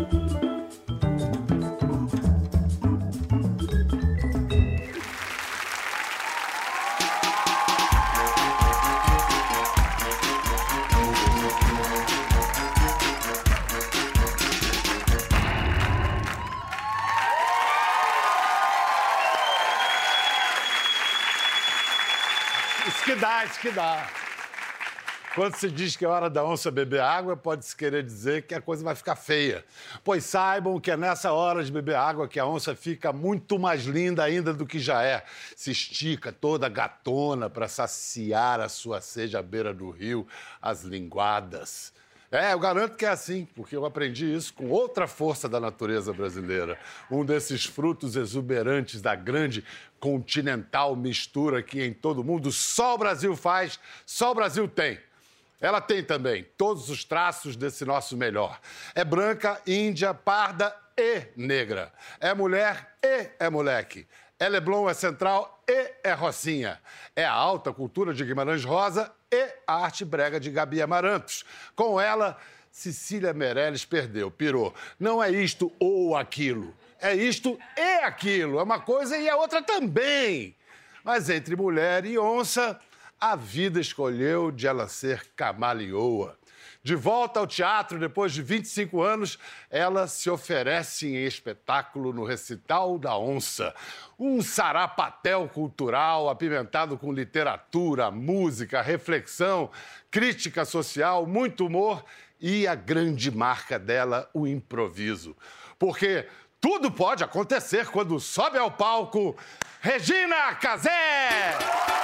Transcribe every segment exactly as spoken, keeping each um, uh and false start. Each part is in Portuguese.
Isso que dá, isso que dá. Quando se diz que é hora da onça beber água, pode-se querer dizer que a coisa vai ficar feia. Pois saibam que é nessa hora de beber água que a onça fica muito mais linda ainda do que já é. Se estica toda gatona para saciar a sua sede à beira do rio, as linguadas. É, eu garanto que é assim, porque eu aprendi isso com outra força da natureza brasileira. Um desses frutos exuberantes da grande continental mistura que em todo mundo só o Brasil faz, só o Brasil tem. Ela tem também todos os traços desse nosso melhor. É branca, índia, parda e negra. É mulher e é moleque. É Leblon, é Central e é Rocinha. É a alta cultura de Guimarães Rosa e a arte brega de Gabi Amarantos. Com ela, Cecília Meirelles perdeu, pirou. Não é isto ou aquilo. É isto e aquilo. É uma coisa e a outra também. Mas entre mulher e onça, a vida escolheu de ela ser camaleoa. De volta ao teatro, depois de vinte e cinco anos, ela se oferece em espetáculo no Recital da Onça. Um sarapatel cultural apimentado com literatura, música, reflexão, crítica social, muito humor e a grande marca dela, o improviso. Porque tudo pode acontecer quando sobe ao palco Regina Casé!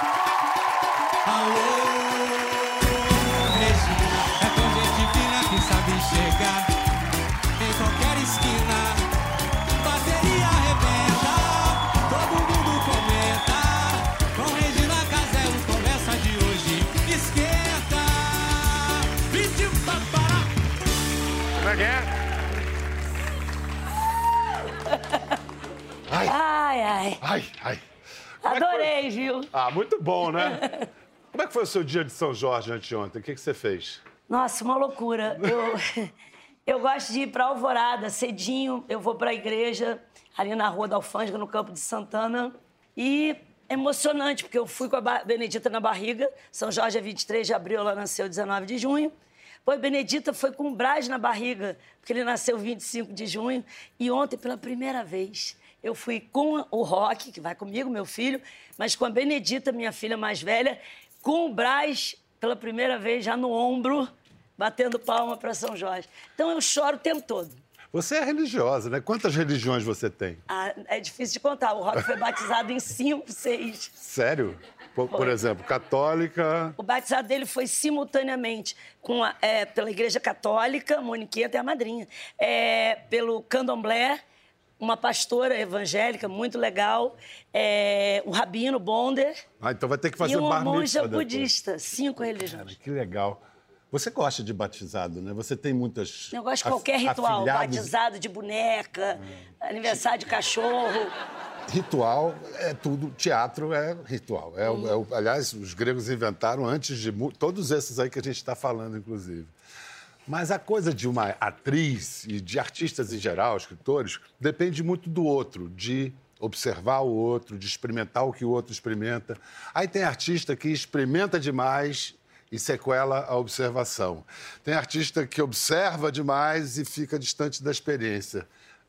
Alô, Regina. Sabe chegar em qualquer esquina, bateria arrebenta, todo mundo comenta. Com Regina Casé, o começa de hoje esquenta. Vitiu papará. Como é que é? Ai, Ai, ai. ai, ai. Adorei, Gil. Ah, muito bom, né? Como é que foi o seu dia de São Jorge anteontem? O que, que você fez? Nossa, uma loucura. Eu, eu gosto de ir para Alvorada, cedinho. Eu vou para a igreja, ali na Rua da Alfândega, no Campo de Santana. E é emocionante, porque eu fui com a Benedita na barriga. São Jorge é vinte e três de abril, ela nasceu dezenove de junho. Pois Benedita foi com o Brás na barriga, porque ele nasceu vinte e cinco de junho. E ontem, pela primeira vez, eu fui com o Roque, que vai comigo, meu filho, mas com a Benedita, minha filha mais velha, com o Brás, pela primeira vez, já no ombro, batendo palma para São Jorge. Então, eu choro o tempo todo. Você é religiosa, né? Quantas religiões você tem? Ah, é difícil de contar. O Roque foi batizado em cinco, seis. Sério? Por, por exemplo, católica... O batizado dele foi simultaneamente com a, é, pela Igreja Católica, Moniquinha até a madrinha, é, pelo Candomblé, uma pastora evangélica muito legal, é, o Rabino Bonder... Ah, então vai ter que fazer e o uma bar mitzvah monja depois. budista. Cinco religiões. Cara, que legal. Você gosta de batizado, né? Você tem muitas... Eu gosto de qualquer ritual. Afilhados... Batizado de boneca, hum. aniversário de cachorro. Ritual é tudo, teatro é ritual. É, hum. é o, aliás, os gregos inventaram antes de... Todos esses aí que a gente está falando, inclusive. Mas a coisa de uma atriz e de artistas em geral, escritores, depende muito do outro, de observar o outro, de experimentar o que o outro experimenta. Aí tem artista que experimenta demais e sequela a observação. Tem artista que observa demais e fica distante da experiência.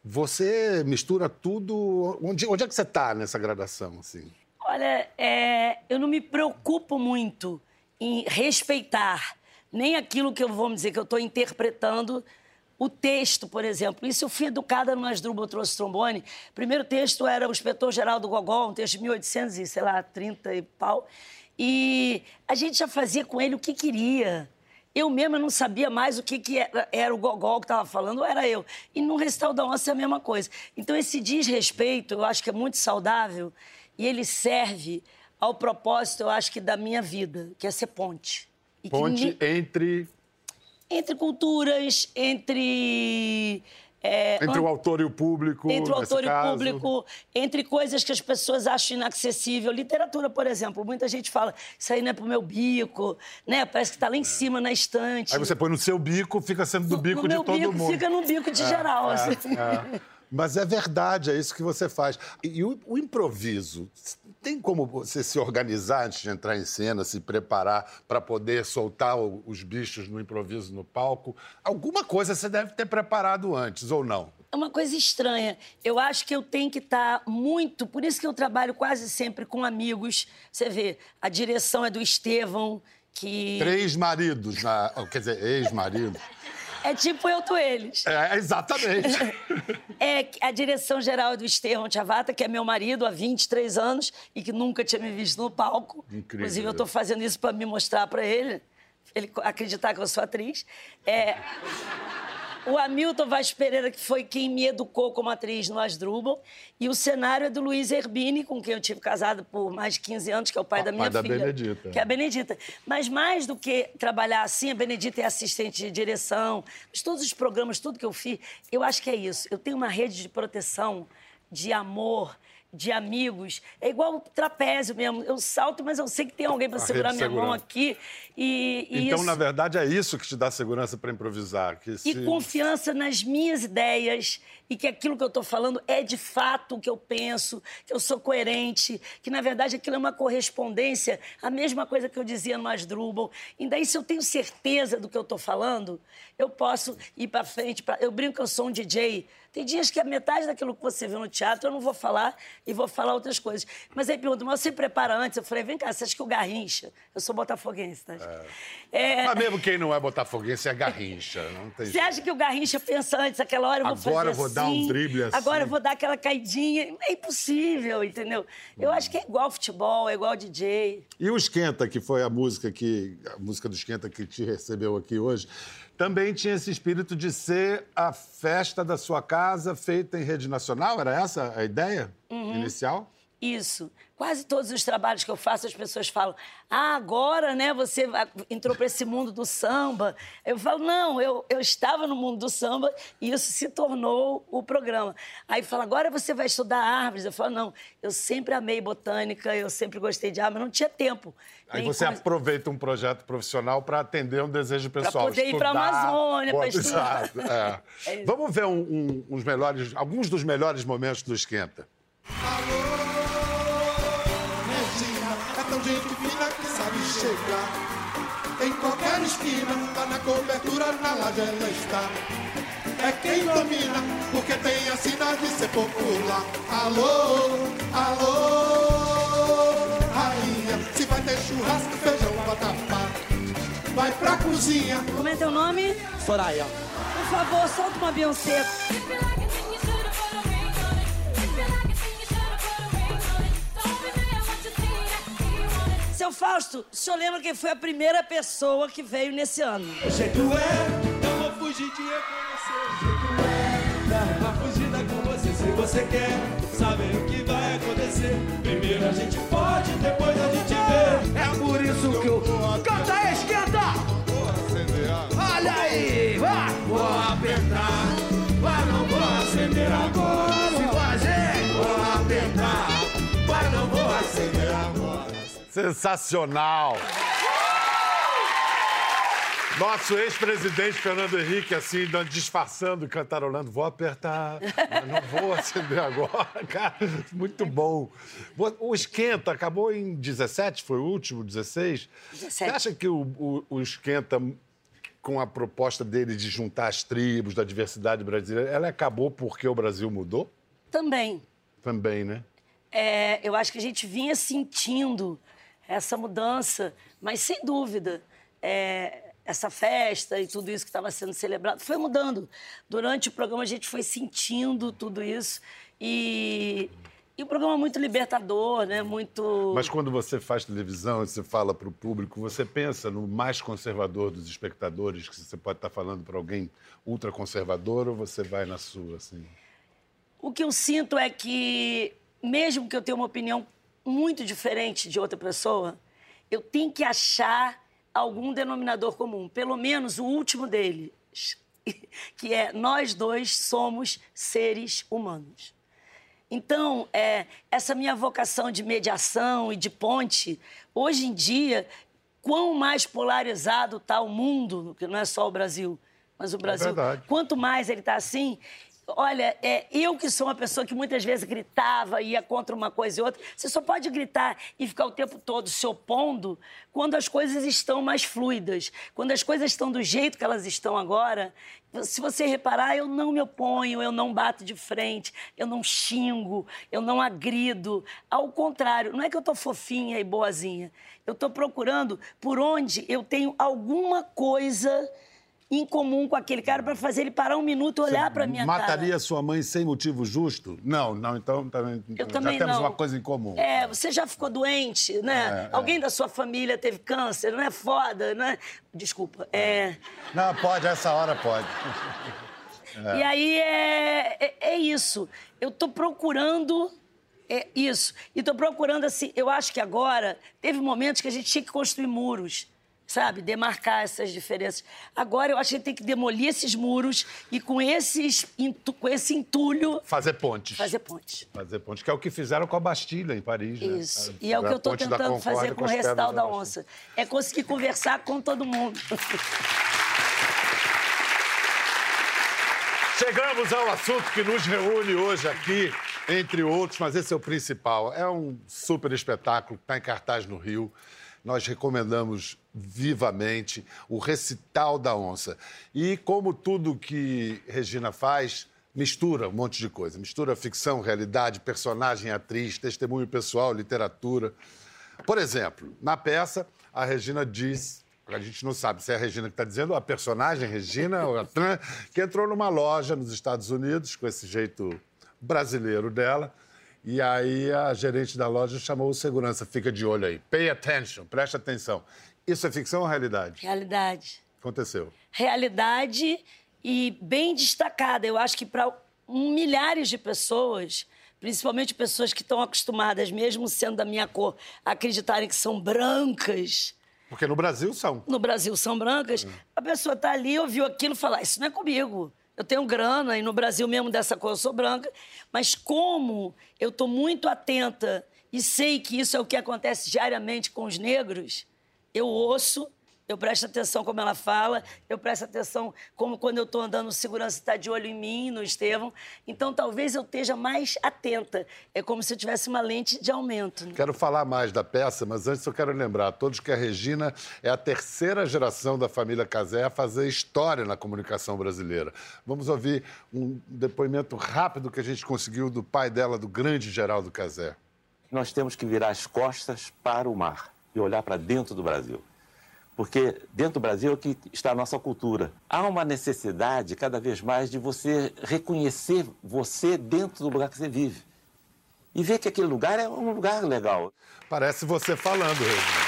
Você mistura tudo... Onde, onde é que você está nessa gradação, assim? Olha, é, eu não me preocupo muito em respeitar nem aquilo que eu vou dizer que eu estou interpretando, o texto, por exemplo. Isso eu fui educada no Asdrubal Trouxe Trombone. O primeiro texto era o Inspetor-Geral do Gogol, um texto de mil e oitocentos e, sei lá, trinta e pau. E a gente já fazia com ele o que queria. Eu mesma não sabia mais o que, que era, era o Gogol que estava falando, ou era eu. E no Recital da Onça é a mesma coisa. Então, esse desrespeito, eu acho que é muito saudável e ele serve ao propósito, eu acho que, da minha vida, que é ser ponte. E ponte que... entre... Entre culturas, entre É, entre o autor e o público, Entre o autor e o caso. público, entre coisas que as pessoas acham inacessível. Literatura, por exemplo, muita gente fala, isso aí não é pro meu bico, né? Parece que tá lá em cima, na estante. Aí você põe no seu bico, fica sendo do bico no de meu todo bico, mundo. fica no bico de É, geral. é, assim. é. Mas é verdade, é isso que você faz. E, e o, o improviso, tem como você se organizar antes de entrar em cena, se preparar para poder soltar o, os bichos no improviso no palco? Alguma coisa você deve ter preparado antes, ou não? É uma coisa estranha. Eu acho que eu tenho que estar muito... Por isso que eu trabalho quase sempre com amigos. Você vê, a direção é do Estevão, que... Três maridos, na, quer dizer, ex-maridos. É tipo eu tô eles. É, exatamente. É a direção geral do Estevão Chavata, que é meu marido há vinte e três anos e que nunca tinha me visto no palco. Incrível. Inclusive, eu estou fazendo isso para me mostrar para ele, ele acreditar que eu sou atriz. É... O Hamilton Vaz Pereira, que foi quem me educou como atriz no Asdrubal. E o cenário é do Luiz Herbini, com quem eu tive casado por mais de quinze anos, que é o pai O da minha pai da filha. Benedita. Que é a Benedita. Mas mais do que trabalhar assim, a Benedita é assistente de direção. Mas todos os programas, tudo que eu fiz, eu acho que é isso. Eu tenho uma rede de proteção, de amor, de amigos. É igual o trapézio mesmo. Eu salto, mas eu sei que tem alguém para segurar minha mão aqui. E, e então, isso... na verdade, é isso que te dá segurança para improvisar. Que se... E confiança nas minhas ideias e que aquilo que eu estou falando é de fato o que eu penso, que eu sou coerente, que, na verdade, aquilo é uma correspondência à mesma coisa que eu dizia no Asdrubal. E daí, se eu tenho certeza do que eu estou falando, eu posso ir para frente. Pra... Eu brinco que eu sou um D J. Tem dias que a metade daquilo que você viu no teatro eu não vou falar e vou falar outras coisas. Mas aí pergunta, mas você prepara antes? Eu falei, vem cá, você acha que o Garrincha... Eu sou botafoguense, tá? É. É... Mas mesmo quem não é botafoguense é Garrincha. Não tem Você jeito. acha que o Garrincha pensa antes, aquela hora eu vou Agora fazer eu vou assim, dar um drible assim. agora eu vou dar aquela caidinha. É impossível, entendeu? Eu acho que é igual futebol, é igual D J. E o Esquenta, que foi a música que a música do Esquenta que te recebeu aqui hoje, também tinha esse espírito de ser a festa da sua casa feita em rede nacional? Era essa a ideia Uhum. inicial? Isso. Quase todos os trabalhos que eu faço, as pessoas falam, ah, agora, né, você entrou para esse mundo do samba. Eu falo, não, eu, eu estava no mundo do samba e isso se tornou o programa. Aí fala, agora você vai estudar árvores. Eu falo, não, eu sempre amei botânica, eu sempre gostei de árvores, não tinha tempo. Aí Nem você coisa- aproveita um projeto profissional para atender um desejo pessoal. poder ir pra estudar. Amazônia, Pô, pra estudar. exato, é. É. Vamos ver um- um- uns melhores, alguns dos melhores momentos do Esquenta. Regina é tão gente fina que sabe chegar. Em qualquer esquina, tá na cobertura, na laje ela está. É quem domina, porque tem a sina de ser popular. Alô, alô, rainha, se vai ter churrasco, feijão, vatapá. Vai pra cozinha. Como é teu nome? Soraya. Por favor, solta uma Beyoncé. Seu Fausto, o senhor lembra quem foi a primeira pessoa que veio nesse ano? O jeito é, eu vou fugir de reconhecer. O jeito é, dar uma fugida com você se você quer saber o que vai acontecer. Primeiro a gente pode, depois a gente vê. É por isso que eu... Canta aí, esquenta! Olha aí, vai! Vou apertar, mas não vou acender agora. Se fazer, vou apertar, mas não vou acender agora. Sensacional! Nosso ex-presidente Fernando Henrique, assim, disfarçando, cantarolando. Vou apertar, mas não vou acender agora. Cara, muito bom. O Esquenta acabou em dezessete, foi o último, dezesseis? dezessete. Você acha que o, o, o Esquenta, com a proposta dele de juntar as tribos da diversidade brasileira, ela acabou porque o Brasil mudou? Também. Também, né? É, eu acho que a gente vinha sentindo essa mudança, mas sem dúvida, é, essa festa e tudo isso que estava sendo celebrado foi mudando. Durante o programa a gente foi sentindo tudo isso e, e o programa é muito libertador, né? Muito... Mas quando você faz televisão e você fala para o público, você pensa no mais conservador dos espectadores, que você pode estar falando para alguém ultraconservador, ou você vai na sua, assim? O que eu sinto é que, mesmo que eu tenha uma opinião muito diferente de outra pessoa, eu tenho que achar algum denominador comum, pelo menos o último deles, que é nós dois somos seres humanos. Então, é, essa minha vocação de mediação e de ponte, hoje em dia, quão mais polarizado está o mundo, que não é só o Brasil, mas o Brasil, é verdade. Quanto mais ele está assim... Olha, é, eu que sou uma pessoa que muitas vezes gritava, ia contra uma coisa e outra, você só pode gritar e ficar o tempo todo se opondo quando as coisas estão mais fluidas. Quando as coisas estão do jeito que elas estão agora, se você reparar, eu não me oponho, eu não bato de frente, eu não xingo, eu não agrido. Ao contrário, não é que eu estou fofinha e boazinha, eu estou procurando por onde eu tenho alguma coisa em comum com aquele cara para fazer ele parar um minuto e olhar para minha cara. Mataria sua mãe sem motivo justo? Não, não, então também, Eu já também temos não. uma coisa em comum. É, você já ficou doente, né? É, Alguém é. da sua família teve câncer, não é foda, não é? Desculpa, é... Não, pode, essa hora pode. É. E aí é, é, é isso. Eu tô procurando... É isso. E tô procurando, assim, eu acho que agora teve momentos que a gente tinha que construir muros, sabe? Demarcar essas diferenças. Agora eu acho que a gente tem que demolir esses muros e com, esses, com esse entulho... Fazer pontes. Fazer pontes. Fazer pontes, que é o que fizeram com a Bastilha, em Paris, né? Isso. E é o que eu estou tentando fazer com o Recital da Onça. É conseguir conversar com todo mundo. Chegamos ao assunto que nos reúne hoje aqui, entre outros, mas esse é o principal. É um super espetáculo que está em cartaz no Rio. Nós recomendamos vivamente o Recital da Onça. E como tudo que Regina faz, mistura um monte de coisa. Mistura ficção, realidade, personagem, atriz, testemunho pessoal, literatura. Por exemplo, na peça, a Regina diz... A gente não sabe se é a Regina que está dizendo, ou a personagem Regina, ou a Tran, que entrou numa loja nos Estados Unidos, com esse jeito brasileiro dela, e aí a gerente da loja chamou o segurança, fica de olho aí, pay attention, preste atenção. Isso é ficção ou realidade? Realidade. Aconteceu. Realidade e bem destacada. Eu acho que para milhares de pessoas, principalmente pessoas que estão acostumadas, mesmo sendo da minha cor, a acreditarem que são brancas... Porque no Brasil são. No Brasil são brancas. A pessoa está ali, ouviu aquilo e fala, isso não é comigo. Eu tenho grana e no Brasil mesmo dessa cor eu sou branca. Mas como eu estou muito atenta e sei que isso é o que acontece diariamente com os negros, eu ouço, eu presto atenção como ela fala, eu presto atenção como quando eu estou andando, o segurança está de olho em mim, no Estevão. Então, talvez eu esteja mais atenta. É como se eu tivesse uma lente de aumento. Né? Quero falar mais da peça, mas antes eu quero lembrar a todos que a Regina é a terceira geração da família Cazé a fazer história na comunicação brasileira. Vamos ouvir um depoimento rápido que a gente conseguiu do pai dela, do grande Geraldo Cazé. Nós temos que virar as costas para o mar e olhar para dentro do Brasil. Porque dentro do Brasil é que está a nossa cultura. Há uma necessidade, cada vez mais, de você reconhecer você dentro do lugar que você vive. E ver que aquele lugar é um lugar legal. Parece você falando, Regina.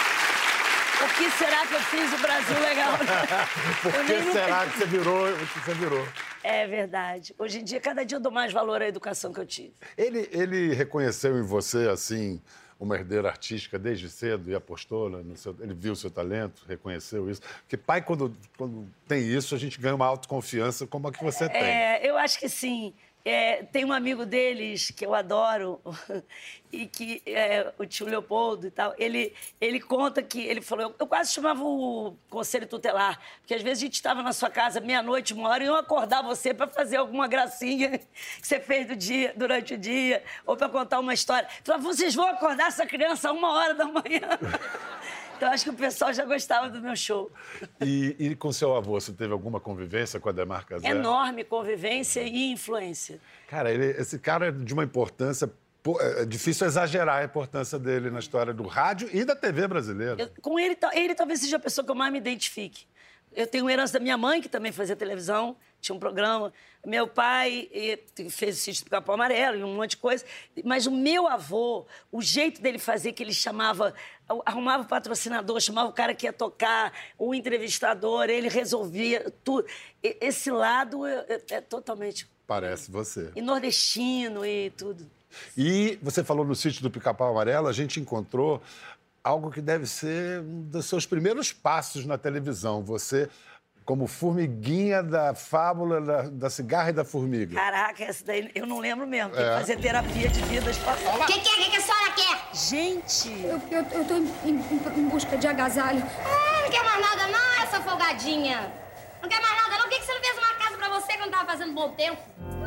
O que será que eu fiz o Brasil legal? Por que será que você virou o que você virou? É verdade. Hoje em dia, cada dia eu dou mais valor à educação que eu tive. Ele, ele reconheceu em você, assim... uma herdeira artística desde cedo e apostou no seu... Ele viu o seu talento, reconheceu isso. Porque pai, quando, quando tem isso, a gente ganha uma autoconfiança como a que você tem. É, eu acho que sim. É, tem um amigo deles que eu adoro, e que é, o tio Leopoldo e tal, ele, ele conta que, ele falou, eu, eu quase chamava o conselho tutelar, porque às vezes a gente estava na sua casa meia-noite, uma hora, e eu acordar você para fazer alguma gracinha que você fez do dia, durante o dia, ou para contar uma história. Falava, vocês vão acordar essa criança a uma hora da manhã. Então, acho que o pessoal já gostava do meu show. E, e com seu avô, você teve alguma convivência com a Adhemar Cazé? Enorme convivência e influência. Cara, ele, esse cara é de uma importância... Pô, é difícil exagerar a importância dele na história do rádio e da T V brasileira. Eu, com ele, ele talvez seja a pessoa que eu mais me identifique. Eu tenho herança da minha mãe, que também fazia televisão, tinha um programa. Meu pai fez o Sítio do Pica-Pau Amarelo e um monte de coisa. Mas o meu avô, o jeito dele fazer, que ele chamava... Arrumava o patrocinador, chamava o cara que ia tocar, o entrevistador, ele resolvia tudo. Esse lado é, é, é totalmente... Parece você. E nordestino e tudo. E você falou no Sítio do Pica-Pau Amarelo, a gente encontrou algo que deve ser um dos seus primeiros passos na televisão. Você como formiguinha da fábula da, da cigarra e da formiga. Caraca, essa daí eu não lembro mesmo. Tem que fazer terapia de vidas passadas. O que, que é? O que, que a senhora quer? Gente! Eu, eu, eu tô em, em, em busca de agasalho. Ah, não quer mais nada não, essa folgadinha. Não quer mais nada não? Por que, que você não fez uma casa pra você quando tava fazendo bom tempo?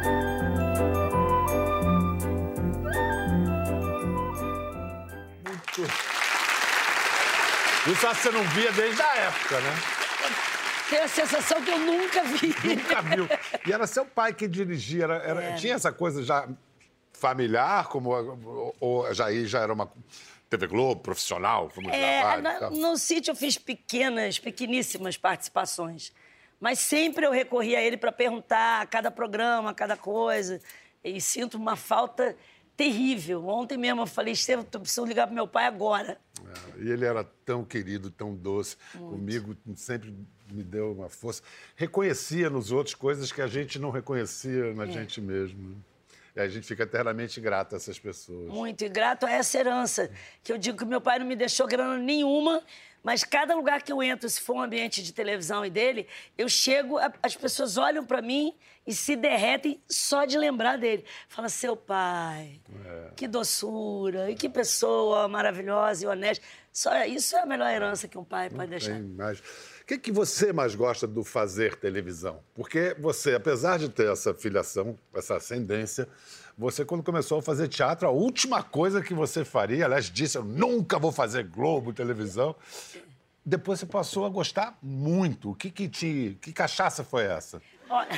Muito. Isso acho que você não via desde a época, né? Tenho a sensação que eu nunca vi. Nunca viu. E era seu pai que dirigia. Era, era, É. Tinha essa coisa já familiar, como, ou, ou já, aí já era uma T V Globo, profissional, como É, trabalho, na- e tal? no sítio eu fiz pequenas, pequeníssimas participações. Mas sempre eu recorria a ele para perguntar a cada programa, a cada coisa. E sinto uma falta terrível. Ontem mesmo eu falei, Estevam, eu preciso ligar pro meu pai agora. É, e ele era tão querido, tão doce. Comigo sempre me deu uma força. Reconhecia nos outros coisas que a gente não reconhecia na gente mesmo. E a gente fica eternamente grato a essas pessoas. Muito, e grato a essa herança. Que eu digo que meu pai não me deixou grana nenhuma, mas cada lugar que eu entro, se for um ambiente de televisão e dele, eu chego, a- as pessoas olham pra mim e se derretem só de lembrar dele. Fala, seu pai, que doçura, e que pessoa maravilhosa e honesta. Só isso é a melhor herança que um pai pode deixar. Tem mais. O que, que você mais gosta do fazer televisão? Porque você, apesar de ter essa filiação, essa ascendência, você, quando começou a fazer teatro, a última coisa que você faria, aliás, disse, eu nunca vou fazer Globo, televisão. Depois você passou a gostar muito. O que que te... Que cachaça foi essa? Olha,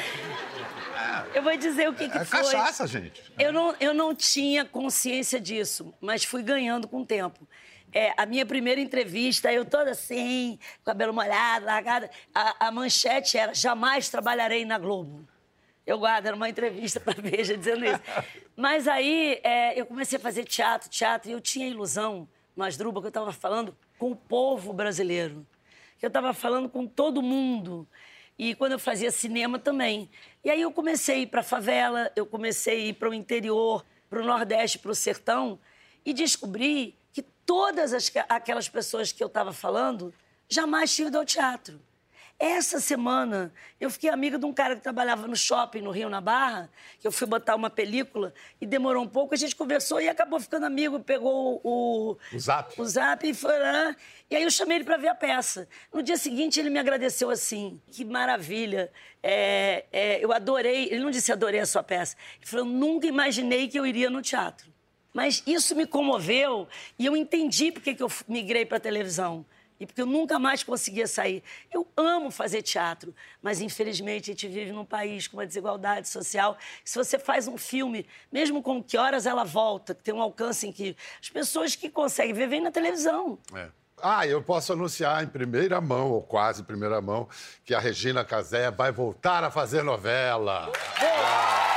eu vou dizer o que, que É foi. cachaça, gente. Eu não, eu não tinha consciência disso, mas fui ganhando com o tempo. É, a minha primeira entrevista, eu toda assim, cabelo molhado, largada, a, a manchete era jamais trabalharei na Globo. Eu guardo, era uma entrevista para Veja dizendo isso. Mas aí é, eu comecei a fazer teatro, teatro, e eu tinha a ilusão, no Asdrubal, que eu estava falando com o povo brasileiro. Que eu estava falando com todo mundo. E quando eu fazia cinema também. E aí eu comecei a ir para a favela, eu comecei a ir para o interior, para o Nordeste, para o sertão, e descobri que todas as, aquelas pessoas que eu estava falando jamais tinham ido ao teatro. Essa semana, eu fiquei amiga de um cara que trabalhava no shopping, no Rio, na Barra, que eu fui botar uma película e demorou um pouco, a gente conversou e acabou ficando amigo, pegou o... O zap. O zap e foi lá. E aí eu chamei ele para ver a peça. No dia seguinte, ele me agradeceu assim, que maravilha, é, é, eu adorei, ele não disse adorei a sua peça, ele falou, eu nunca imaginei que eu iria no teatro. Mas isso me comoveu e eu entendi por que que eu migrei para a televisão. E porque eu nunca mais conseguia sair. Eu amo fazer teatro, mas infelizmente a gente vive num país com uma desigualdade social. Se você faz um filme, mesmo com Que Horas Ela Volta, que tem um alcance em que as pessoas que conseguem ver, vêm na televisão. É. Ah, eu posso anunciar em primeira mão, ou quase primeira mão, que a Regina Casé vai voltar a fazer novela. Ah.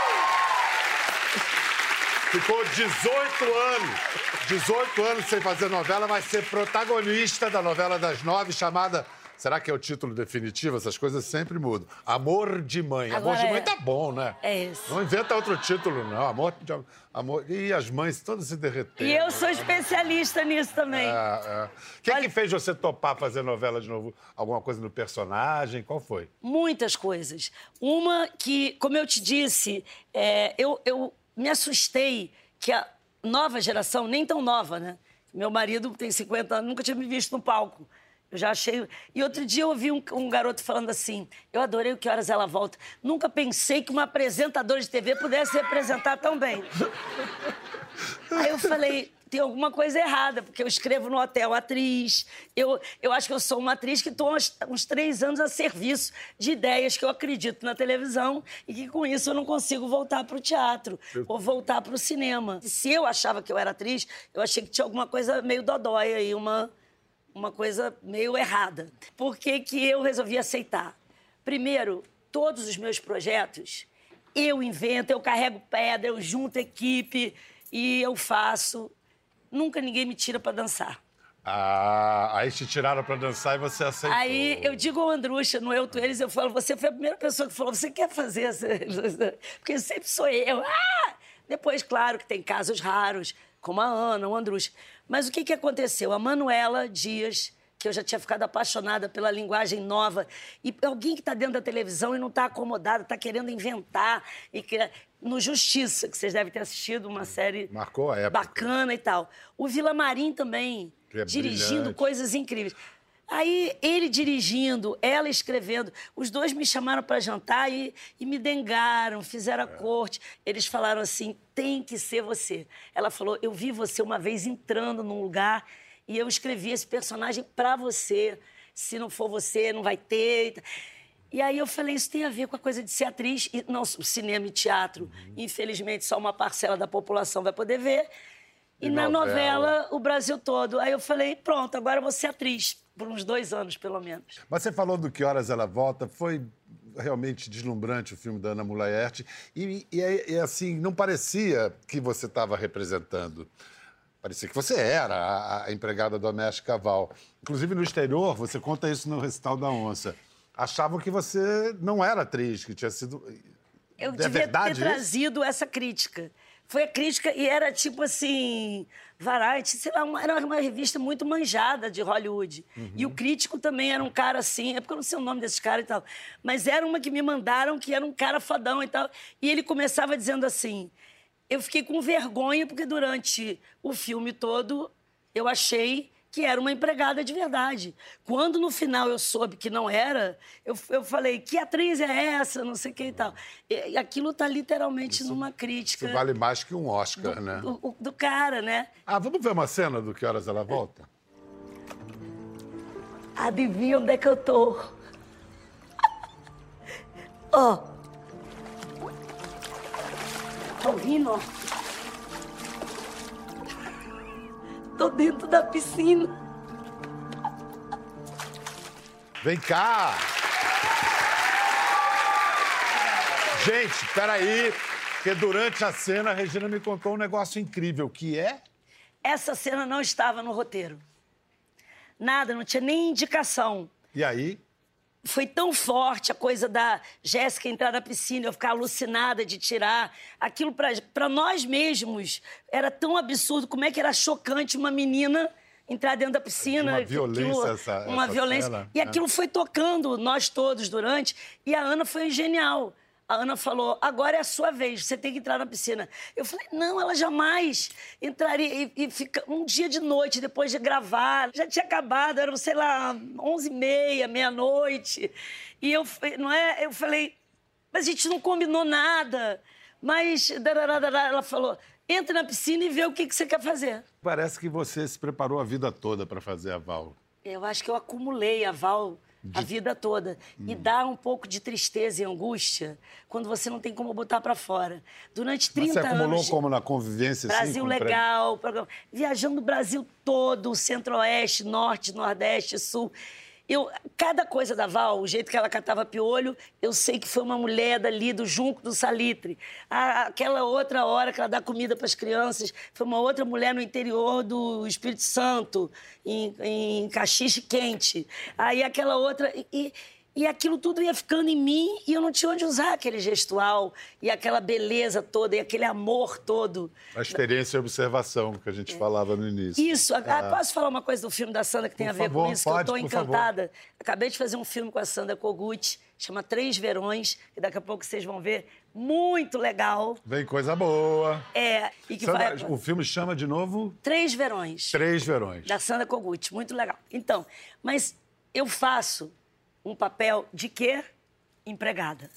Ficou dezoito anos, dezoito anos sem fazer novela, vai ser protagonista da novela das nove, chamada... Será que é o título definitivo? Essas coisas sempre mudam. Amor de Mãe. Agora Amor de Mãe é. tá bom, né? É isso. Não inventa outro título, não. Amor de... Amor... E as mães todas se derretendo. E eu sou especialista nisso também. É, é. O que, Olha- que fez você topar fazer novela de novo? Alguma coisa no personagem? Qual foi? Muitas coisas. Uma que, como eu te disse, é, eu, eu me assustei que a nova geração, nem tão nova, né? Meu marido tem cinquenta anos, nunca tinha me visto no palco. Eu já achei... E outro dia eu ouvi um, um garoto falando assim, eu adorei o Que Horas Ela Volta. Nunca pensei que uma apresentadora de T V pudesse representar tão bem. Aí eu falei, tem alguma coisa errada, porque eu escrevo no Hotel Atriz. Eu, eu acho que eu sou uma atriz que estou uns, uns três anos a serviço de ideias que eu acredito na televisão e que, com isso, eu não consigo voltar para o teatro ou voltar para o cinema. Se eu achava que eu era atriz, eu achei que tinha alguma coisa meio dodóia aí, uma, uma coisa meio errada. Por que que eu resolvi aceitar? Primeiro, todos os meus projetos, eu invento, eu carrego pedra, eu junto equipe e eu faço... Nunca ninguém me tira pra dançar. Ah, aí te tiraram pra dançar e você aceitou. Aí eu digo ao Andrucha, no Eu, Tu, Eles, eu falo, você foi a primeira pessoa que falou, você quer fazer essa... Porque sempre sou eu. Ah! Depois, claro, que tem casos raros, como a Ana, o Andrucha. Mas o que que aconteceu? A Manuela Dias que eu já tinha ficado apaixonada pela linguagem nova. E alguém que está dentro da televisão e não está acomodado, está querendo inventar. E que, no Justiça, que vocês devem ter assistido, uma série Marcou a época. bacana e tal. O Villamarim também, Que é dirigindo brilhante. coisas incríveis. Aí, ele dirigindo, ela escrevendo, os dois me chamaram para jantar e, e me dengaram, fizeram a corte. Eles falaram assim, tem que ser você. Ela falou, eu vi você uma vez entrando num lugar e eu escrevi esse personagem para você. Se não for você, não vai ter. E aí eu falei, isso tem a ver com a coisa de ser atriz. E, não, cinema e teatro, uhum. Infelizmente, só uma parcela da população vai poder ver. E, e na novela? novela, o Brasil todo. Aí eu falei, pronto, agora eu vou ser atriz. Por uns dois anos, pelo menos. Mas você falou do Que Horas Ela Volta, foi realmente deslumbrante o filme da Ana Mulaerte. E, e, e assim, não parecia que você estava representando. Parecia que você era a, a empregada doméstica Val. Inclusive, no exterior, você conta isso no Recital da Onça. Achavam que você não era atriz, que tinha sido... Eu é devia verdade ter isso? trazido essa crítica. Foi a crítica e era tipo assim... Variety, sei lá, uma, era uma revista muito manjada de Hollywood. Uhum. E o crítico também era um cara assim, é porque eu não sei o nome desses caras e tal, mas era uma que me mandaram que era um cara fodão e tal. E ele começava dizendo assim, eu fiquei com vergonha porque durante o filme todo eu achei que era uma empregada de verdade. Quando no final eu soube que não era, eu, eu falei, que atriz é essa? Não sei o que e tal. E, e aquilo tá literalmente isso, numa crítica... Isso vale mais que um Oscar, do, né? Do, do cara, né? Ah, vamos ver uma cena do Que Horas Ela Volta? Adivinha onde é que eu tô? Ó. Oh. Tá ouvindo, ó? Tô dentro da piscina. Vem cá! Gente, peraí, porque durante a cena a Regina me contou um negócio incrível, que é... Essa cena não estava no roteiro. Nada, não tinha nem indicação. E aí? Foi tão forte a coisa da Jéssica entrar na piscina, eu ficar alucinada de tirar. Aquilo para nós mesmos era tão absurdo. Como é que era chocante uma menina entrar dentro da piscina. Uma violência, aquilo, essa Uma essa violência. cena, e né? aquilo foi tocando nós todos durante. E a Ana foi genial. A Ana falou, agora é a sua vez, você tem que entrar na piscina. Eu falei, não, ela jamais entraria. E, e fica um dia de noite, depois de gravar, já tinha acabado, eram, sei lá, onze e meia, meia-noite. E eu, não é, eu falei, mas a gente não combinou nada. Mas ela falou, entra na piscina e vê o que, que você quer fazer. Parece que você se preparou a vida toda para fazer a Val. Eu acho que eu acumulei a Val... a vida toda. Hum. E dá um pouco de tristeza e angústia quando você não tem como botar para fora. Durante trinta anos... Você acumulou anos, como na convivência? Brasil assim, Legal, programa, viajando o Brasil todo, centro-oeste, norte, nordeste, sul. Eu, cada coisa da Val, o jeito que ela catava piolho, eu sei que foi uma mulher dali do Junco do Salitre. A, aquela outra hora que ela dá comida para as crianças, foi uma outra mulher no interior do Espírito Santo, em, em Caxixe Quente. Aí aquela outra... E, e aquilo tudo ia ficando em mim e eu não tinha onde usar aquele gestual e aquela beleza toda e aquele amor todo. A experiência e observação que a gente é. falava no início. Isso. Ah. Posso falar uma coisa do filme da Sandra que tem por a ver favor, com isso? pode, que eu estou por encantada. Favor. Acabei de fazer um filme com a Sandra Kogut, chama Três Verões, que daqui a pouco vocês vão ver. Muito legal. Vem coisa boa. É. E que Sandra, vai... O filme chama de novo? Três Verões. Três Verões. Da Sandra Kogut. Muito legal. Então, mas eu faço um papel de quê? Empregada.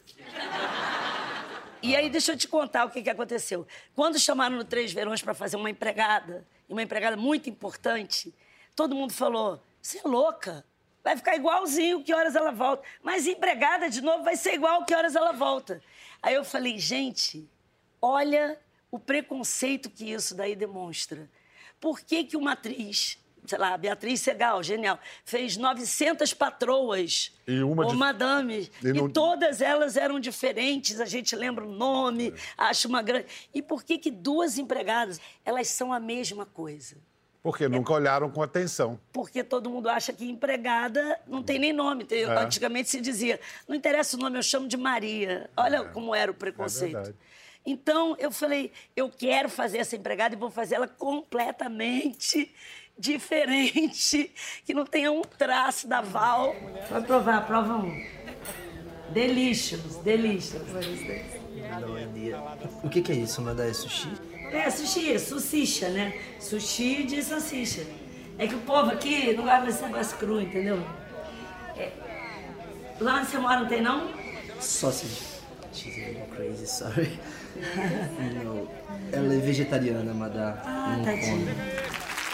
E aí, deixa eu te contar o que, que aconteceu. Quando chamaram no Três Verões para fazer uma empregada, uma empregada muito importante, todo mundo falou, você é louca, vai ficar igualzinho Que Horas Ela Volta. Mas empregada, de novo, vai ser igual Que Horas Ela Volta. Aí eu falei, gente, olha o preconceito que isso daí demonstra. Por que que uma atriz... sei lá, Beatriz Segal, genial, fez novecentas patroas, e uma ou de... madames, e, e não... todas elas eram diferentes, a gente lembra o nome, é. acha uma grande... E por que que duas empregadas, elas são a mesma coisa? Porque nunca é... olharam com atenção. Porque todo mundo acha que empregada não tem nem nome. Tem... É. Antigamente se dizia, não interessa o nome, eu chamo de Maria. Olha é. como era o preconceito. É verdade. Então, eu falei, eu quero fazer essa empregada e vou fazer ela completamente diferente, que não tenha um traço da Val. Vai provar, prova um. Delicious, delicious. O que, que é isso? Mas é sushi? É, sushi, sucicha, né? Sushi de salsicha. É que o povo aqui não gosta desse negócio cru, entendeu? É. Lá onde você mora não tem, não? Sausage. She's a little crazy, sorry. Não, ela é vegetariana, mas dá Ah, não tadinha. come.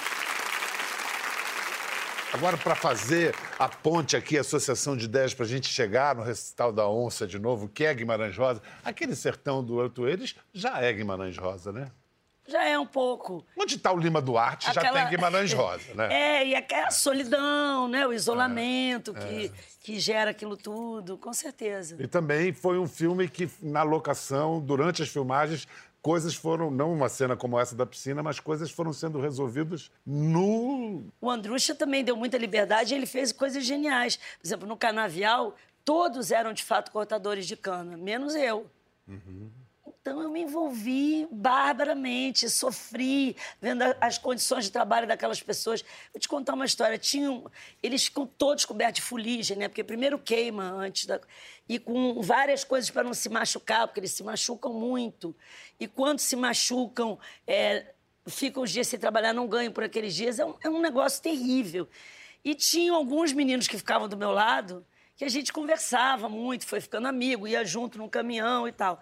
Agora, para fazer a ponte aqui, a associação de ideias, para a gente chegar no recital da Onça de novo, que é Guimarães Rosa, aquele sertão do Oito Eires já é Guimarães Rosa, né? Já é um pouco. Onde está o Lima Duarte, já Aquela- tem Guimarães Rosa, né? É, e aquela solidão, né? O isolamento que, que gera aquilo tudo, com certeza. E também foi um filme que, na locação, durante as filmagens, coisas foram, não uma cena como essa da piscina, mas coisas foram sendo resolvidas no... O Andrucha também deu muita liberdade e ele fez coisas geniais. Por exemplo, no Canavial, todos eram, de fato, cortadores de cana, menos eu. Então, eu me envolvi barbaramente, sofri, vendo a- as condições de trabalho daquelas pessoas. Vou te contar uma história. Tinham, eles ficam todos cobertos de fuligem, né? Porque primeiro queima antes da... E com várias coisas para não se machucar, porque eles se machucam muito. E quando se machucam, é, ficam os dias sem trabalhar, não ganham por aqueles dias. É um, é um negócio terrível. E tinham alguns meninos que ficavam do meu lado, que a gente conversava muito, foi ficando amigo, ia junto num caminhão e tal.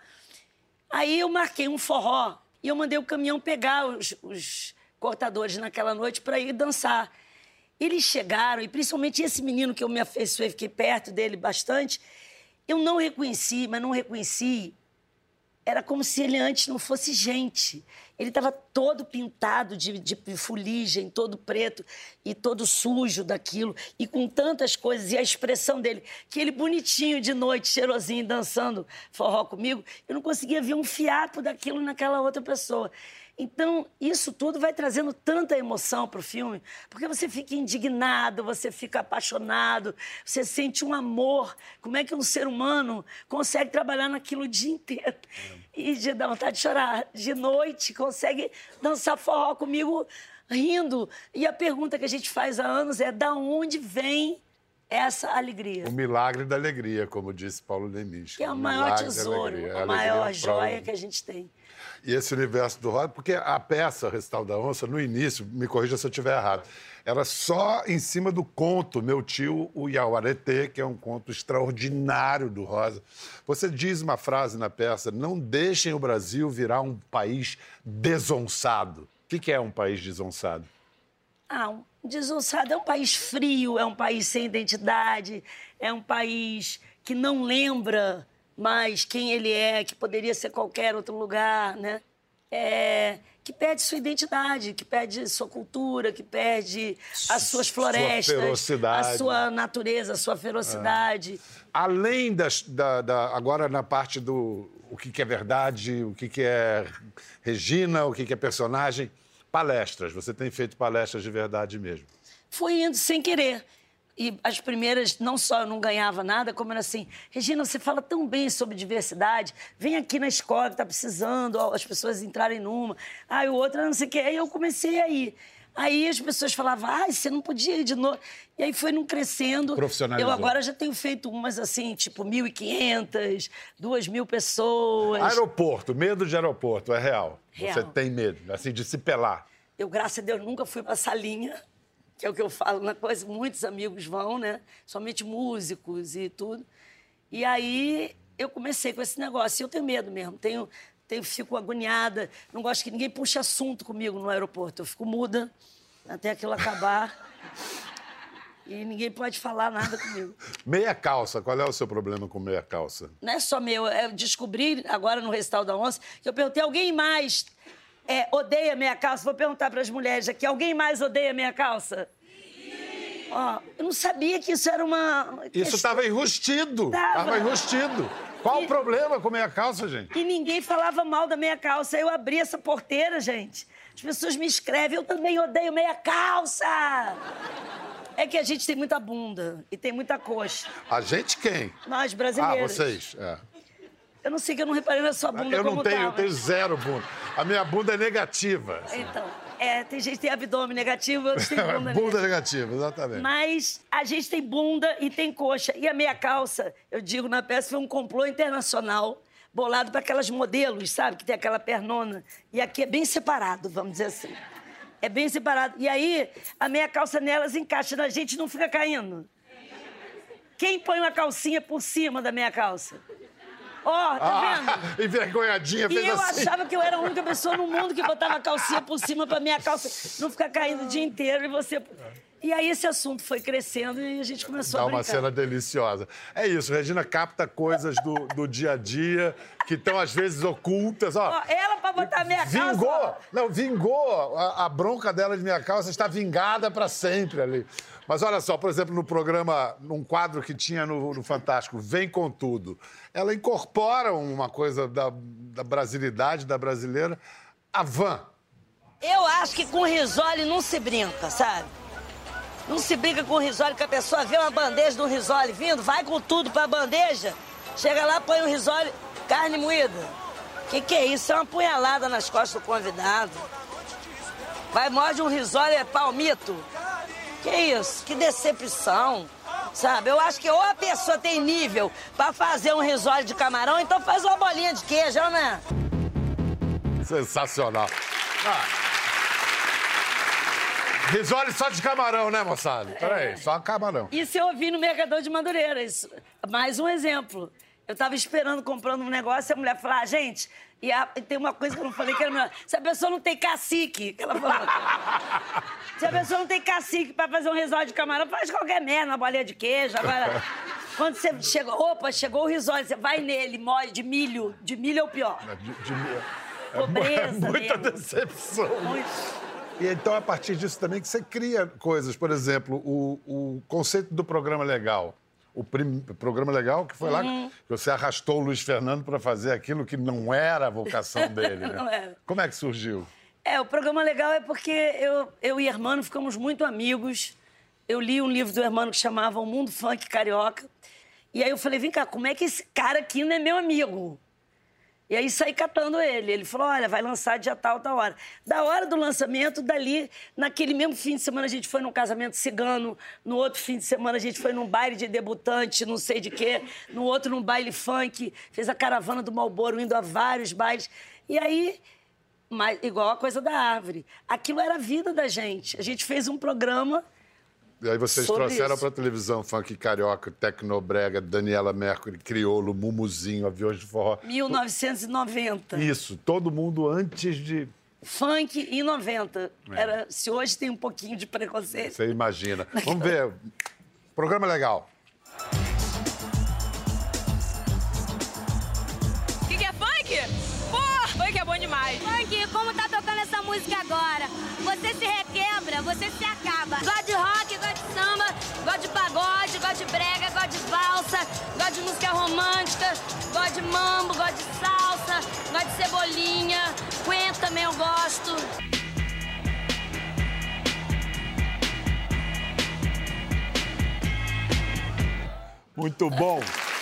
Aí eu marquei um forró e eu mandei o caminhão pegar os, os cortadores naquela noite para ir dançar. Eles chegaram, e principalmente esse menino que eu me afeiçoei, fiquei perto dele bastante, eu não reconheci, mas não reconheci. Era como se ele antes não fosse gente. Ele estava todo pintado de, de fuligem, todo preto e todo sujo daquilo, e com tantas coisas, e a expressão dele, que ele bonitinho de noite, cheirosinho, dançando forró comigo, eu não conseguia ver um fiapo daquilo naquela outra pessoa. Então, isso tudo vai trazendo tanta emoção para o filme, porque você fica indignado, você fica apaixonado, você sente um amor. Como é que um ser humano consegue trabalhar naquilo o dia inteiro? E de dar vontade de chorar. De noite, consegue dançar forró comigo rindo. E a pergunta que a gente faz há anos é: da onde vem essa alegria? O milagre da alegria, como disse Paulo Leminski. Que é o maior milagre da tesouro, alegria. a alegria maior é joia prova. que a gente tem. E esse universo do rock, porque a peça Recital da Onça, no início, me corrija se eu estiver errado, era só em cima do conto Meu Tio, o Iauaretê, que é um conto extraordinário do Rosa. Você diz uma frase na peça: não deixem o Brasil virar um país desonçado. O que que é um país desonçado? Ah, um desonçado é um país frio, é um país sem identidade, é um país que não lembra mais quem ele é, que poderia ser qualquer outro lugar, né? É, que perde sua identidade, que perde sua cultura, que perde as suas florestas, ferocidade. a sua natureza, a sua ferocidade. Além das, da, da- agora na parte do o que que é verdade, o que que é Regina, o que que é personagem, palestras. Você tem feito palestras de verdade mesmo. Fui indo sem querer. E as primeiras, não só eu não ganhava nada, como era assim: Regina, você fala tão bem sobre diversidade, vem aqui na escola que está precisando, ó, as pessoas entrarem numa. Aí o outro, não sei o quê. Aí eu comecei a ir. Aí as pessoas falavam: ai, você não podia ir de novo. E aí foi num crescendo. Profissionalizou. Eu agora já tenho feito umas assim, tipo mil e quinhentas, duas mil pessoas. Aeroporto, medo de aeroporto, é real. Real. Você tem medo, assim, de se pelar. Eu, graças a Deus, nunca fui pra salinha, que é o que eu falo na coisa. Muitos amigos vão, né? Somente músicos e tudo. E aí eu comecei com esse negócio. E eu tenho medo mesmo. Tenho, tenho, fico agoniada. Não gosto que ninguém puxe assunto comigo no aeroporto. Eu fico muda até aquilo acabar. E ninguém pode falar nada comigo. Meia calça, qual é o seu problema com meia calça? Não é só meu. Eu descobri agora no Recital da Onça que eu perguntei: alguém mais é, odeia meia calça? Vou perguntar para as mulheres aqui: alguém mais odeia meia calça? Ó, eu não sabia que isso era uma... Isso estava enrustido. Tava. Estava enrustido. Qual E- o problema com meia calça, gente? E ninguém falava mal da meia calça. Eu abri essa porteira, gente. As pessoas me escrevem: eu também odeio meia calça. É que a gente tem muita bunda e tem muita coxa. A gente quem? Nós, Ah, brasileiros. vocês. É. Eu não sei que eu não reparei na sua bunda Eu não como tenho, tava. eu tenho zero bunda. A minha bunda é negativa. Então, É, tem gente que tem abdômen negativo, outros têm bunda negativa. Bunda negativa, exatamente. Mas a gente tem bunda e tem coxa. E a meia calça, eu digo na peça, foi um complô internacional bolado para aquelas modelos, sabe? Que tem aquela pernona. E aqui é bem separado, vamos dizer assim. É bem separado. E aí, a meia calça nelas encaixa na gente e não fica caindo. Quem põe uma calcinha por cima da meia calça? Ó, oh, tá vendo? Ah, envergonhadinha, fez E eu assim. achava que eu era a única pessoa no mundo que botava a calcinha por cima pra minha calça não ficar caindo o dia inteiro e você... E aí esse assunto foi crescendo e a gente começou Dá a brincar. uma cena deliciosa. É isso, Regina capta coisas do, do dia a dia que estão, às vezes, ocultas. Ó, Ó, ela pra botar a minha vingou, calça... Não, vingou. A, a bronca dela de minha calça está vingada para sempre ali. Mas olha só, por exemplo, no programa, num quadro que tinha no, no Fantástico, Vem Com Tudo, ela incorpora uma coisa da, da brasilidade, da brasileira, a van. Eu acho que com risole não se brinca, sabe? Não se brinca com risole, que a pessoa vê uma bandeja do risole vindo, vai com tudo pra bandeja, chega lá, põe um risole, carne moída. Que que é isso? É uma punhalada nas costas do convidado. Vai, morde um risole, é palmito. Que isso? Que decepção, sabe? Eu acho que ou a pessoa tem nível pra fazer um risole de camarão, então faz uma bolinha de queijo, né? Sensacional. Ah. Risole só de camarão, né, moçada? Peraí, é. Só camarão. Isso eu ouvi no Mercador de Madureira. Isso. Mais um exemplo. Eu tava esperando, comprando um negócio, e a mulher falou, ah, gente, e, a, e tem uma coisa que eu não falei que era melhor. Se a pessoa não tem cacique, que ela falou. Se a pessoa não tem cacique pra fazer um risole de camarão, faz qualquer merda, uma bolinha de queijo. Agora, quando você chega, opa, chegou o risole, você vai nele, moe de milho. De milho é o pior. De, de, é, Pobreza é muita mesmo. decepção. Muito. E então, a partir disso também, que você cria coisas. Por exemplo, o, o conceito do Programa Legal. O prim, Programa Legal, que foi lá Uhum. que você arrastou o Luiz Fernando para fazer aquilo que não era a vocação dele, né? Não era. Como é que surgiu? É, o Programa Legal é porque eu, eu e Hermano ficamos muito amigos. Eu li um livro do Hermano que chamava O Mundo Funk Carioca. E aí eu falei, vem cá, como é que esse cara aqui não é meu amigo? E aí saí catando ele. Ele falou, olha, vai lançar dia tal, tal hora. Da hora do lançamento, dali, naquele mesmo fim de semana, a gente foi num casamento cigano. No outro fim de semana, a gente foi num baile de debutante, não sei de quê. No outro, num baile funk. Fez a caravana do Marlboro, indo a vários bailes. E aí, mas, igual a coisa da árvore. Aquilo era a vida da gente. A gente fez um programa... E aí vocês Sobre trouxeram isso. para televisão funk carioca, tecnobrega, Daniela Mercury, Criolo, Mumuzinho, Aviões de Forró. mil novecentos e noventa. Isso, todo mundo antes de... Funk em noventa. É. Era, se hoje tem um pouquinho de preconceito. Você imagina. Vamos ver. Programa Legal. O que, que é funk? Pô, funk é bom demais. Funk, como tá tocando essa música agora? Você se requebra, você se acaba. Gosto de rock, gosto de samba, gosto de pagode, gosto de brega, gosto de valsa, gosto de música romântica, gosto de mambo, gosto de salsa, gosto de cebolinha, Quento também eu gosto. Muito bom.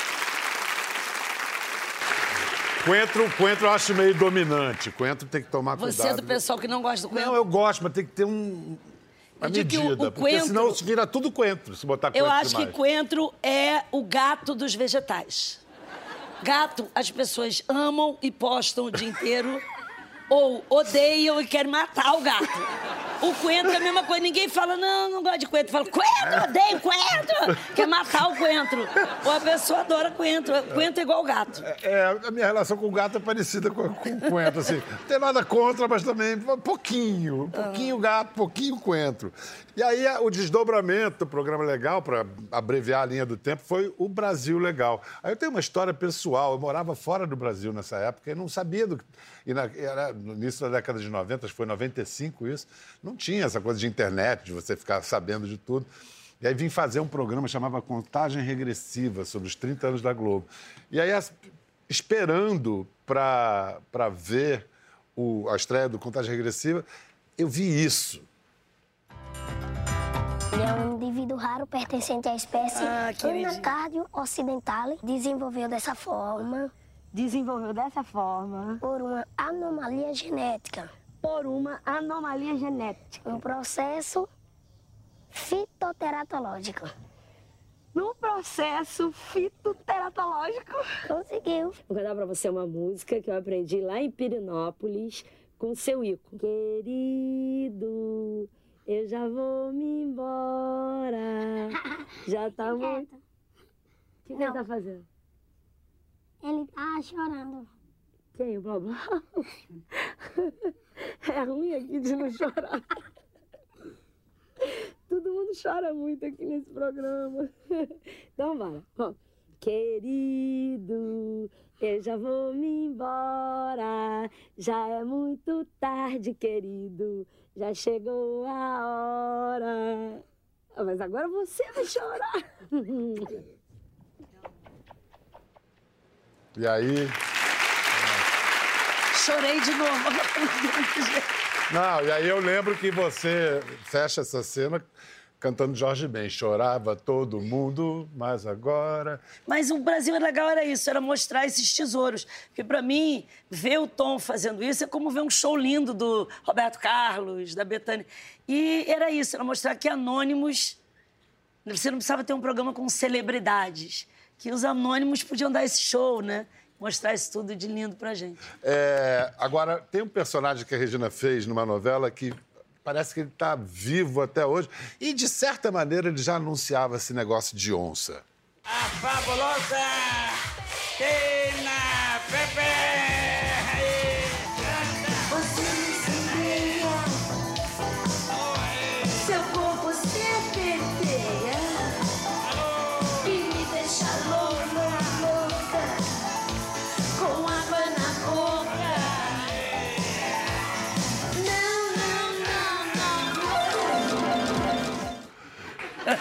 Coentro, coentro eu acho meio dominante. Coentro tem que tomar cuidado. Você é do pessoal que não gosta do coentro? Não, eu gosto, mas tem que ter um... uma Eu digo que o- medida. o Porque coentro- senão vira tudo coentro, se botar coentro Eu acho demais. que coentro é o gato dos vegetais. Gato, as pessoas amam e postam o dia inteiro, ou odeiam e querem matar o gato. O coentro é a mesma coisa. Ninguém fala, não, não gosto de coentro. Fala, coentro, odeio coentro. Quer matar o coentro. Ou a pessoa adora coentro. Coentro é igual gato. É, a minha relação com o gato é parecida com, com o coentro, assim. Não tem nada contra, mas também um pouquinho. Um pouquinho gato, pouquinho coentro. E aí, o desdobramento do Programa Legal, para abreviar a linha do tempo, foi o Brasil Legal. Aí eu tenho uma história pessoal. Eu morava fora do Brasil nessa época e não sabia do que... E na, era no início da década de noventa, acho que foi noventa e cinco isso, não tinha essa coisa de internet, de você ficar sabendo de tudo. E aí vim fazer um programa chamava Contagem Regressiva, sobre os trinta anos da Globo. E aí, as- esperando para ver o, a estreia do Contagem Regressiva, eu vi isso. Ele é um indivíduo raro pertencente à espécie Ah, queridinho. Anacardio occidentale. Desenvolveu dessa forma Desenvolveu dessa forma. por uma anomalia genética. por uma anomalia genética. Um processo fitoteratológico. No processo fitoteratológico. Conseguiu. Vou cantar pra você uma música que eu aprendi lá em Pirinópolis com o seu Ico. Querido, eu já vou me embora. Já tá muito... O que, que ele tá fazendo? Ele tá chorando. Quem? O Blá-Blá? É ruim aqui de não chorar. Todo mundo chora muito aqui nesse programa. Então, bora. Ó. Querido, eu já vou me embora. Já é muito tarde, querido. Já chegou a hora. Ah, mas agora você vai chorar. E aí? Chorei de novo. Não, e aí eu lembro que você fecha essa cena cantando Jorge Ben. Chorava todo mundo, mas agora... Mas o Brasil era legal, era isso, era mostrar esses tesouros. Porque, pra mim, ver o Tom fazendo isso é como ver um show lindo do Roberto Carlos, da Bethânia. E era isso, era mostrar que anônimos... Você não precisava ter um programa com celebridades. Que os anônimos podiam dar esse show, né? Mostrar isso tudo de lindo pra gente. É, agora, tem um personagem que a Regina fez numa novela que parece que ele tá vivo até hoje. E, de certa maneira, ele já anunciava esse negócio de onça. A fabulosa Tina Pepe! Você me incendeia, seu corpo se aperteia e me deixa louca, louca, com água na boca. Não, não, não, não, não.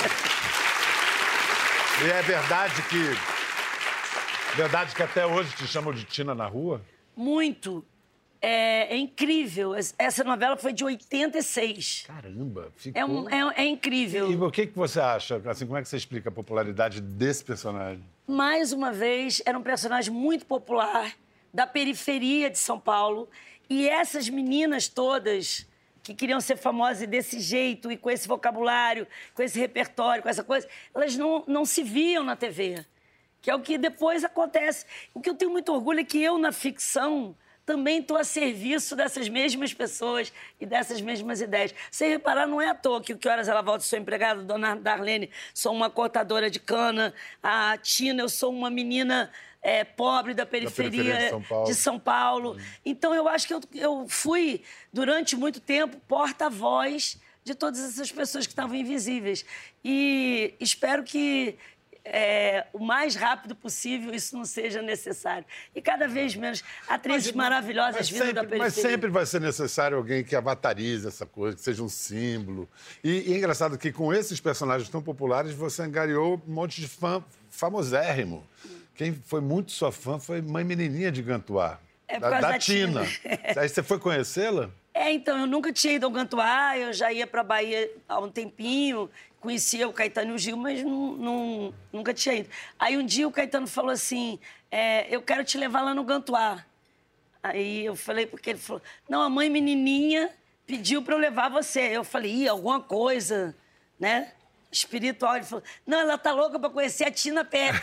E é verdade que... Verdade que até hoje te chamam de Tina na rua? Muito. É, é incrível. Essa novela foi de oitenta e seis. Caramba, ficou... É, um, é, é incrível. E o que, que você acha? Assim, como é que você explica a popularidade desse personagem? Mais uma vez, era um personagem muito popular, da periferia de São Paulo. E essas meninas todas que queriam ser famosas desse jeito e com esse vocabulário, com esse repertório, com essa coisa, elas não, não se viam na T V. Que é o que depois acontece. O que eu tenho muito orgulho é que eu, na ficção, também estou a serviço dessas mesmas pessoas e dessas mesmas ideias. Sem reparar, não é à toa que o Que Horas Ela Volta, sou empregada, Dona Darlene, sou uma cortadora de cana, a Tina, eu sou uma menina é, pobre da periferia, da periferia de São Paulo. De São Paulo. Hum. Então, eu acho que eu, eu fui, durante muito tempo, porta-voz de todas essas pessoas que estavam invisíveis. E espero que... É, o mais rápido possível isso não seja necessário. E cada vez menos atrizes mas, maravilhosas mas vindo sempre, da periferia. Mas sempre vai ser necessário alguém que avatarize essa coisa, que seja um símbolo. E, e é engraçado que com esses personagens tão populares você angariou um monte de fã famosérrimo. Quem foi muito sua fã foi Mãe Menininha de Gantuá, é da, da, da Tina. Tina. Aí você foi conhecê-la? É, então, eu nunca tinha ido ao Gantuá, eu já ia para a Bahia há um tempinho, conhecia o Caetano e o Gil, mas não, não, nunca tinha ido. Aí um dia o Caetano falou assim, é, eu quero te levar lá no Gantuá. Aí eu falei, porque ele falou, não, a Mãe Menininha pediu para eu levar você. Eu falei, ih, alguma coisa, né, espiritual. Ele falou, não, ela tá louca para conhecer a Tina Pepe.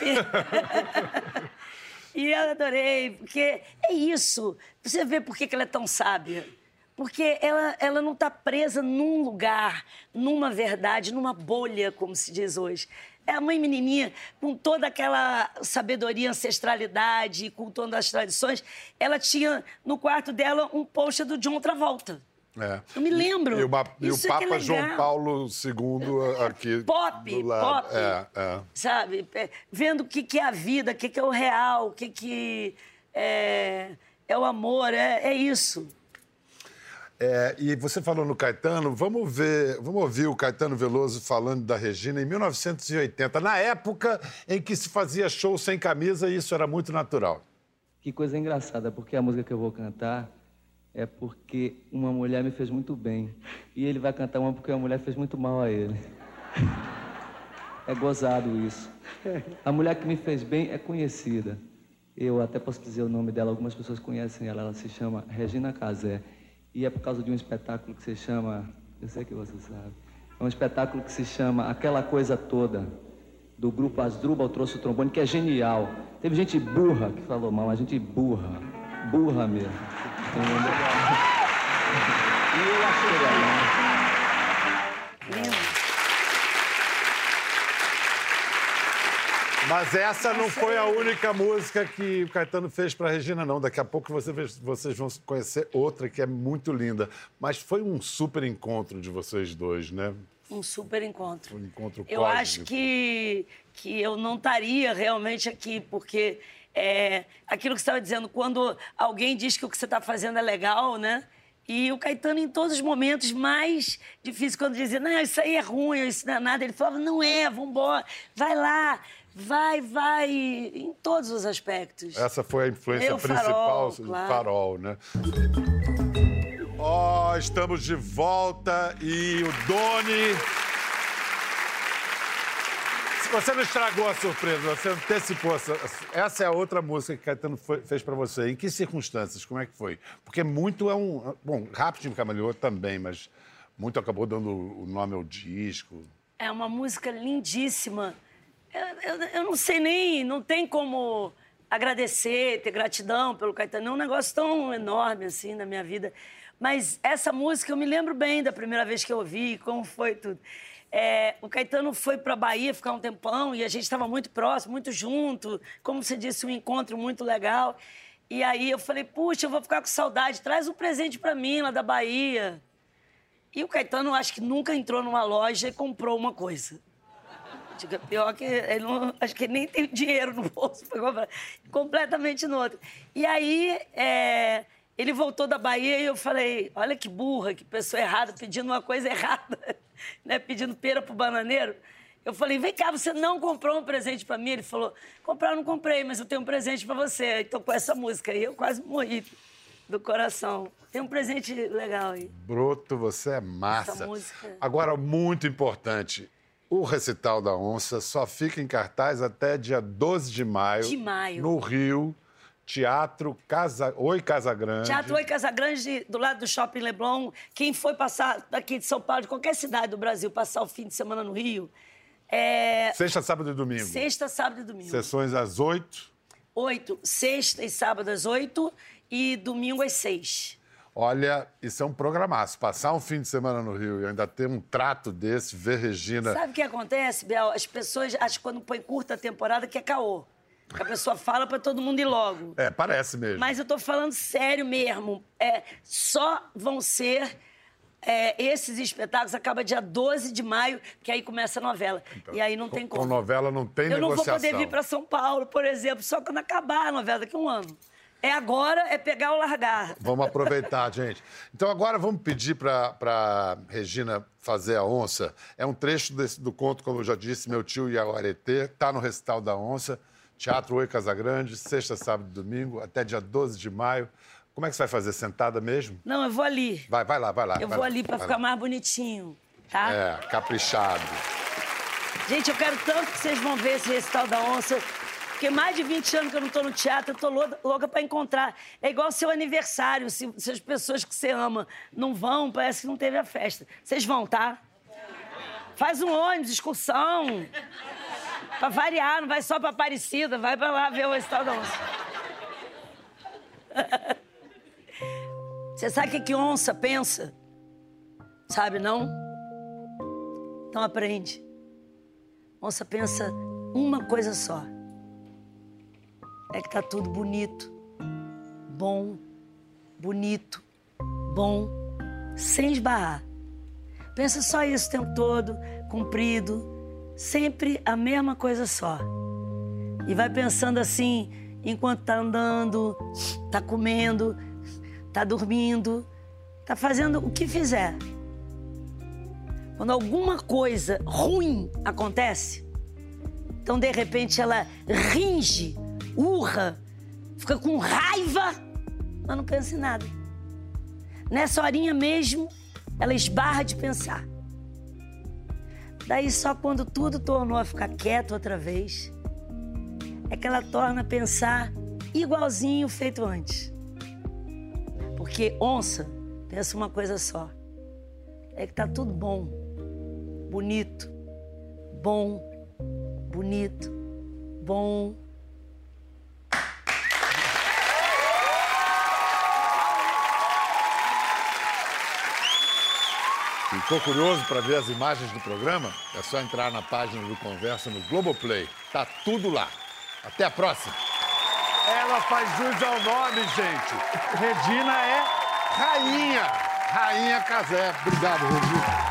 E eu adorei, porque é isso. Você vê por que ela é tão sábia. Porque ela, ela não está presa num lugar, numa verdade, numa bolha, como se diz hoje. É a Mãe Menininha, com toda aquela sabedoria, ancestralidade, cultuando as tradições, ela tinha no quarto dela um pôster do John Travolta. É. Eu me lembro. E, e, uma, e o é Papa é João Paulo segundo aqui Pop, do lado. pop. É, é. Sabe? É, vendo o que, que é a vida, o que, que é o real, o que, que é, é o amor, é, é isso. É, e você falou no Caetano, vamos ver, vamos ouvir o Caetano Veloso falando da Regina em mil novecentos e oitenta, na época em que se fazia show sem camisa e isso era muito natural. Que coisa engraçada, porque a música que eu vou cantar é porque uma mulher me fez muito bem. E ele vai cantar uma porque uma mulher fez muito mal a ele. É gozado isso. A mulher que me fez bem é conhecida. Eu até posso dizer o nome dela, algumas pessoas conhecem ela, ela se chama Regina Casé. E é por causa de um espetáculo que se chama... Eu sei que você sabe. É um espetáculo que se chama Aquela Coisa Toda, do grupo Asdrubal trouxe o trombone, que é genial. Teve gente burra que falou mal, mas gente burra. Burra mesmo. Entendeu? E eu achei legal. Lindo. Mas essa não foi a única música que o Caetano fez para Regina, não. Daqui a pouco você, vocês vão conhecer outra que é muito linda. Mas foi um super encontro de vocês dois, né? Um super encontro. Um encontro Eu cósmico. acho que, que eu não estaria realmente aqui, porque é, aquilo que você estava dizendo, quando alguém diz que o que você está fazendo é legal, né? E o Caetano, em todos os momentos mais difíceis, quando dizia, não, isso aí é ruim, isso não é nada, ele falava, não é, vambora, vai lá. Vai, vai, em todos os aspectos. Essa foi a influência Meu principal farol, do claro. Farol, né? Ó, oh, estamos de volta e o Doni... Você não estragou a surpresa, você antecipou. Essa é a outra música que Caetano foi, fez pra você. Em que circunstâncias? Como é que foi? Porque muito é um... Bom, Rapidinho Camaleão também, mas muito acabou dando o nome ao disco. É uma música lindíssima. Eu, eu, eu não sei nem, não tem como agradecer, ter gratidão pelo Caetano. É um negócio tão enorme, assim, na minha vida. Mas essa música, eu me lembro bem da primeira vez que eu ouvi, como foi tudo. É, o Caetano foi pra Bahia ficar um tempão e a gente estava muito próximo, muito junto. Como você disse, um encontro muito legal. E aí eu falei, puxa, eu vou ficar com saudade, traz um presente pra mim lá da Bahia. E o Caetano, acho que nunca entrou numa loja e comprou uma coisa. Diga, pior que ele não, acho que ele nem tem dinheiro no bolso para comprar. Completamente no outro. E aí, é, ele voltou da Bahia e eu falei, olha que burra, que pessoa errada, pedindo uma coisa errada, né? Pedindo pera pro bananeiro. Eu falei, vem cá, você não comprou um presente para mim? Ele falou, comprar eu não comprei, mas eu tenho um presente para você. Então, com essa música aí, eu quase morri do coração. Tem um presente legal aí. Broto, você é massa. Essa música... Agora, muito importante... O Recital da Onça só fica em cartaz até dia doze de maio. De maio. No Rio, Teatro Casa... Oi Casagrande. Teatro Oi Casagrande, do lado do Shopping Leblon. Quem foi passar daqui de São Paulo, de qualquer cidade do Brasil, passar o fim de semana no Rio... É... Sexta, sábado e domingo. Sexta, sábado e domingo. Sessões às oito. Oito. Sexta e sábado às oito e domingo às seis. Olha, isso é um programaço. Passar um fim de semana no Rio e ainda ter um trato desse, ver Regina... Sabe o que acontece, Biel? As pessoas acham que quando põe curta a temporada que é caô. Que a pessoa fala pra todo mundo ir logo. É, parece mesmo. Mas eu tô falando sério mesmo. É, só vão ser... É, esses espetáculos acabam dia doze de maio, que aí começa a novela. Então, e aí não tem como. Com novela não tem eu negociação. Eu não vou poder vir pra São Paulo, por exemplo, só quando acabar a novela, daqui a um ano. É agora, é pegar ou largar. Vamos aproveitar, gente. Então agora vamos pedir pra, pra Regina fazer a onça. É um trecho desse, do conto, como eu já disse, Meu Tio e a Aretê. Tá no Recital da Onça. Teatro Oi Casagrande, sexta, sábado e domingo, até dia doze de maio. Como é que você vai fazer? Sentada mesmo? Não, eu vou ali. Vai, vai lá, vai lá. Eu vai vou lá, ali pra ficar lá. Mais bonitinho, tá? É, caprichado. Gente, eu quero tanto que vocês vão ver esse Recital da Onça, porque mais de vinte anos que eu não tô no teatro, eu tô louca pra encontrar. É igual seu aniversário, se, se as pessoas que você ama não vão, parece que não teve a festa. Vocês vão, tá? Faz um ônibus, excursão. Pra variar, não vai só pra Aparecida, vai pra lá ver o Recital da Onça. Você sabe o que, que onça pensa? Sabe, não? Então aprende. Onça pensa uma coisa só. É que tá tudo bonito, bom, bonito, bom, sem esbarrar. Pensa só isso o tempo todo, comprido, sempre a mesma coisa só. E vai pensando assim, enquanto tá andando, tá comendo, tá dormindo, tá fazendo o que fizer. Quando alguma coisa ruim acontece, então, de repente, ela ringe, urra, fica com raiva, mas não pensa em nada. Nessa horinha mesmo, ela esbarra de pensar. Daí, só quando tudo tornou a ficar quieto outra vez, é que ela torna a pensar igualzinho feito antes. Porque onça pensa uma coisa só. É que tá tudo bom, bonito, bom, bonito, bom. Ficou curioso para ver as imagens do programa? É só entrar na página do Conversa no Globoplay. Tá tudo lá. Até a próxima. Ela faz jus ao nome, gente. Regina é rainha. Rainha Casé. Obrigado, Regina.